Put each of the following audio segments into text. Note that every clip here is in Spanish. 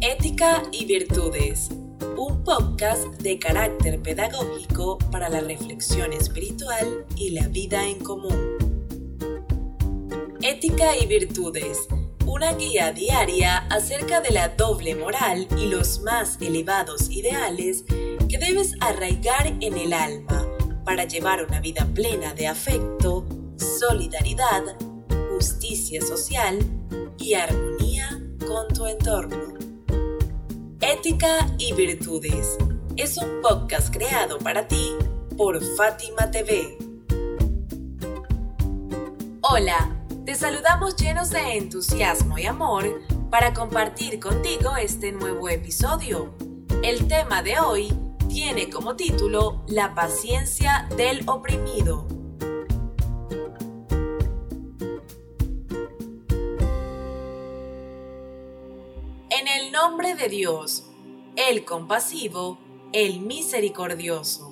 Ética y Virtudes, un podcast de carácter pedagógico para la reflexión espiritual y la vida en común. Ética y Virtudes, una guía diaria acerca de la doble moral y los más elevados ideales que debes arraigar en el alma para llevar una vida plena de afecto, solidaridad, justicia social y armonía con tu entorno. Ética y Virtudes es un podcast creado para ti por Fátima TV. Hola, te saludamos llenos de entusiasmo y amor para compartir contigo este nuevo episodio. El tema de hoy tiene como título La paciencia del oprimido. En el nombre de Dios, el compasivo, el misericordioso.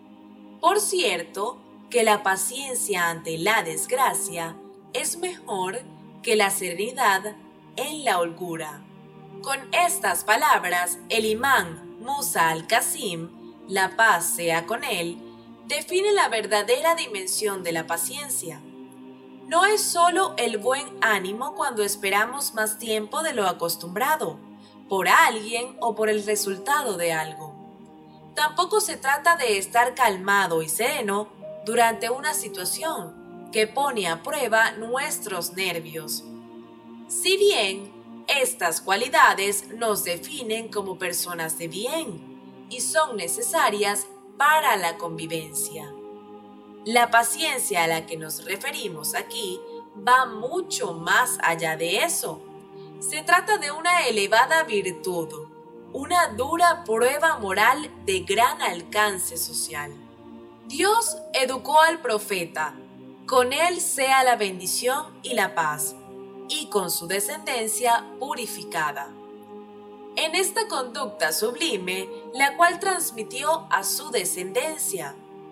Por cierto, que la paciencia ante la desgracia es mejor que la serenidad en la holgura. Con estas palabras, el imán Musa al-Qasim, la paz sea con él, define la verdadera dimensión de la paciencia. No es solo el buen ánimo cuando esperamos más tiempo de lo acostumbrado, por alguien o por el resultado de algo. Tampoco se trata de estar calmado y sereno durante una situación que pone a prueba nuestros nervios. Si bien estas cualidades nos definen como personas de bien y son necesarias para la convivencia. La paciencia a la que nos referimos aquí va mucho más allá de eso. Se trata de una elevada virtud, una dura prueba moral de gran alcance social. Dios educó al profeta, con él sea la bendición y la paz, y con su descendencia purificada. En esta conducta sublime, la cual transmitió a su descendencia.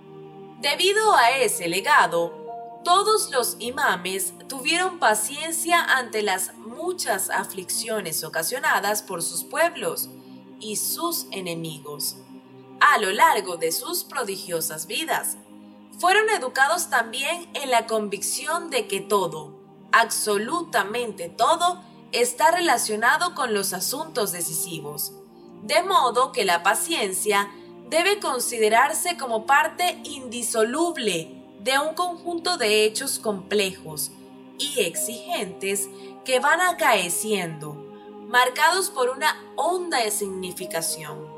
Debido a ese legado, todos los imames tuvieron paciencia ante las muchas aflicciones ocasionadas por sus pueblos y sus enemigos. A lo largo de sus prodigiosas vidas, fueron educados también en la convicción de que todo, absolutamente todo, está relacionado con los asuntos decisivos, de modo que la paciencia debe considerarse como parte indisoluble de un conjunto de hechos complejos y exigentes que van acaeciendo, marcados por una honda significación.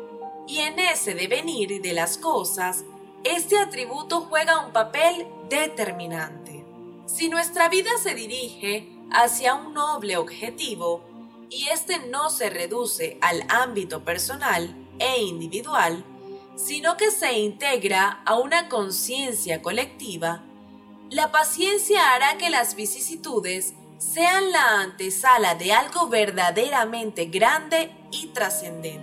Y en ese devenir de las cosas, este atributo juega un papel determinante. Si nuestra vida se dirige hacia un noble objetivo y este no se reduce al ámbito personal e individual, sino que se integra a una conciencia colectiva, la paciencia hará que las vicisitudes sean la antesala de algo verdaderamente grande y trascendente.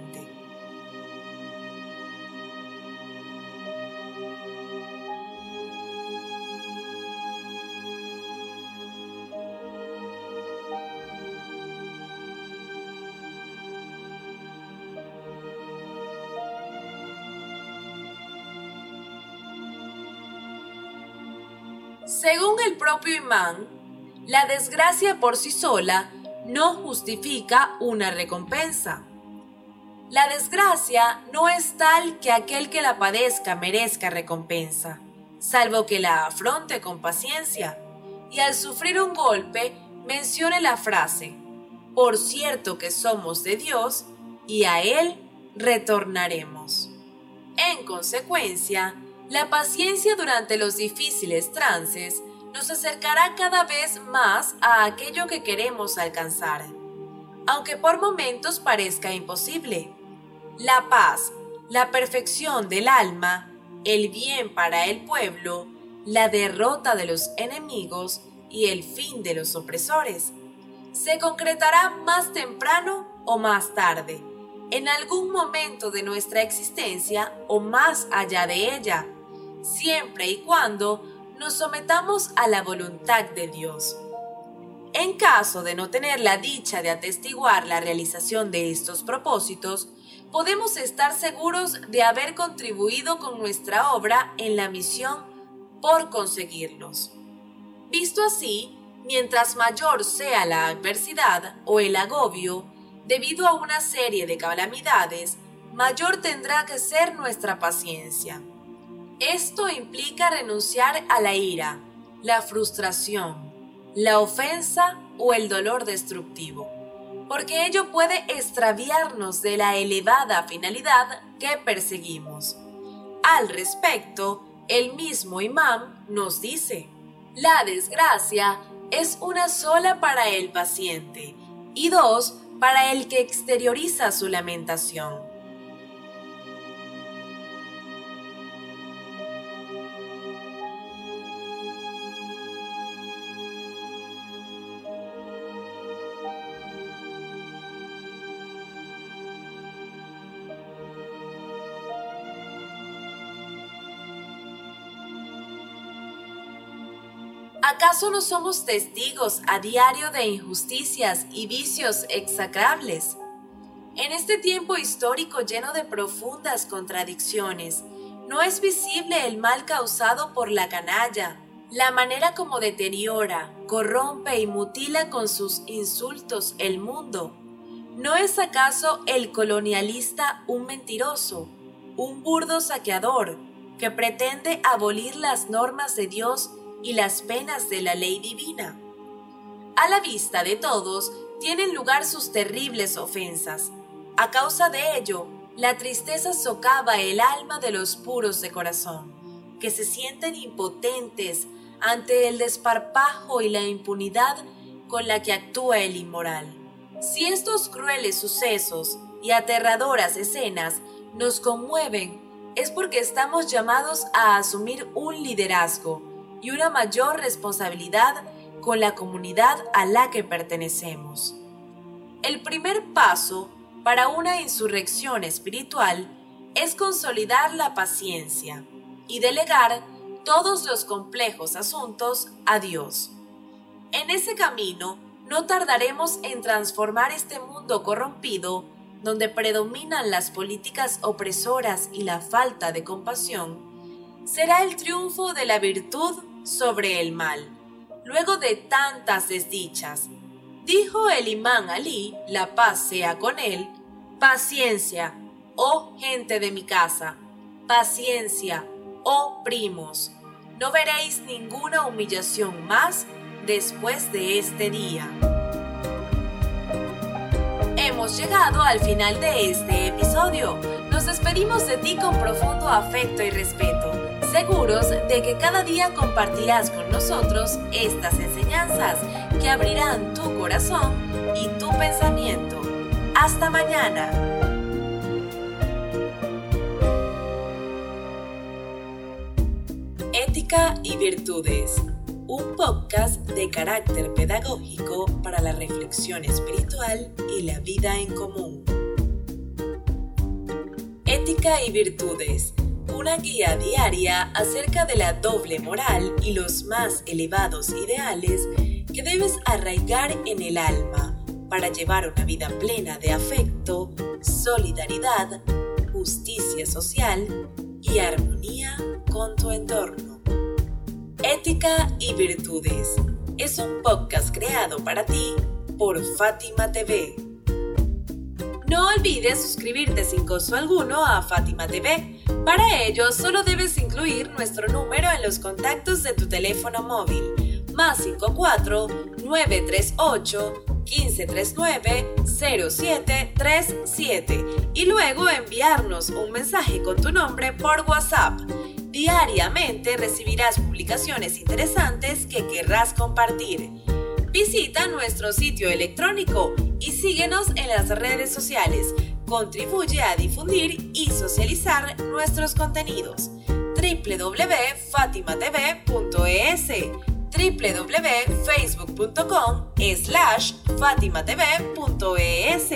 Según el propio imán, la desgracia por sí sola no justifica una recompensa. La desgracia no es tal que aquel que la padezca merezca recompensa, salvo que la afronte con paciencia y al sufrir un golpe mencione la frase: por cierto que somos de Dios y a Él retornaremos. En consecuencia, la paciencia durante los difíciles trances nos acercará cada vez más a aquello que queremos alcanzar, aunque por momentos parezca imposible. La paz, la perfección del alma, el bien para el pueblo, la derrota de los enemigos y el fin de los opresores, se concretará más temprano o más tarde, en algún momento de nuestra existencia o más allá de ella, siempre y cuando nos sometamos a la voluntad de Dios. En caso de no tener la dicha de atestiguar la realización de estos propósitos, podemos estar seguros de haber contribuido con nuestra obra en la misión por conseguirlos. Visto así, mientras mayor sea la adversidad o el agobio, debido a una serie de calamidades, mayor tendrá que ser nuestra paciencia. Esto implica renunciar a la ira, la frustración, la ofensa o el dolor destructivo, porque ello puede extraviarnos de la elevada finalidad que perseguimos. Al respecto, el mismo imán nos dice: la desgracia es una sola para el paciente y dos para el que exterioriza su lamentación. ¿Acaso no somos testigos a diario de injusticias y vicios execrables? En este tiempo histórico lleno de profundas contradicciones, no es visible el mal causado por la canalla, la manera como deteriora, corrompe y mutila con sus insultos el mundo. ¿No es acaso el colonialista un mentiroso, un burdo saqueador, que pretende abolir las normas de Dios y las penas de la ley divina? A la vista de todos, tienen lugar sus terribles ofensas. A causa de ello, la tristeza socava el alma de los puros de corazón, que se sienten impotentes ante el desparpajo y la impunidad con la que actúa el inmoral. Si estos crueles sucesos y aterradoras escenas nos conmueven, es porque estamos llamados a asumir un liderazgo y una mayor responsabilidad con la comunidad a la que pertenecemos. El primer paso para una insurrección espiritual es consolidar la paciencia y delegar todos los complejos asuntos a Dios. En ese camino no tardaremos en transformar este mundo corrompido, donde predominan las políticas opresoras y la falta de compasión. Será el triunfo de la virtud sobre el mal, luego de tantas desdichas. Dijo el imán Alí, la paz sea con él: paciencia, oh gente de mi casa, paciencia, oh primos, no veréis ninguna humillación más después de este día. Hemos llegado al final de este episodio. Nos despedimos de ti con profundo afecto y respeto, seguros de que cada día compartirás con nosotros estas enseñanzas que abrirán tu corazón y tu pensamiento. ¡Hasta mañana! Ética y Virtudes, un podcast de carácter pedagógico para la reflexión espiritual y la vida en común. Ética y Virtudes, una guía diaria acerca de la doble moral y los más elevados ideales que debes arraigar en el alma para llevar una vida plena de afecto, solidaridad, justicia social y armonía con tu entorno. Ética y Virtudes es un podcast creado para ti por Fátima TV. No olvides suscribirte sin costo alguno a Fátima TV. Para ello, solo debes incluir nuestro número en los contactos de tu teléfono móvil, +54 938 1539 0737, y luego enviarnos un mensaje con tu nombre por WhatsApp. Diariamente recibirás publicaciones interesantes que querrás compartir. Visita nuestro sitio electrónico y síguenos en las redes sociales. Contribuye a difundir y socializar nuestros contenidos. www.fatimatv.es, www.facebook.com/fatimatv.es,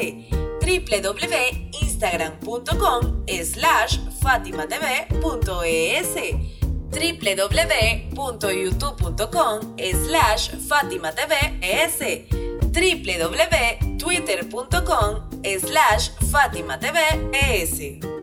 www.instagram.com/fatimatv.es, www.youtube.com/FatimaTVES, www.twitter.com/FatimaTVES.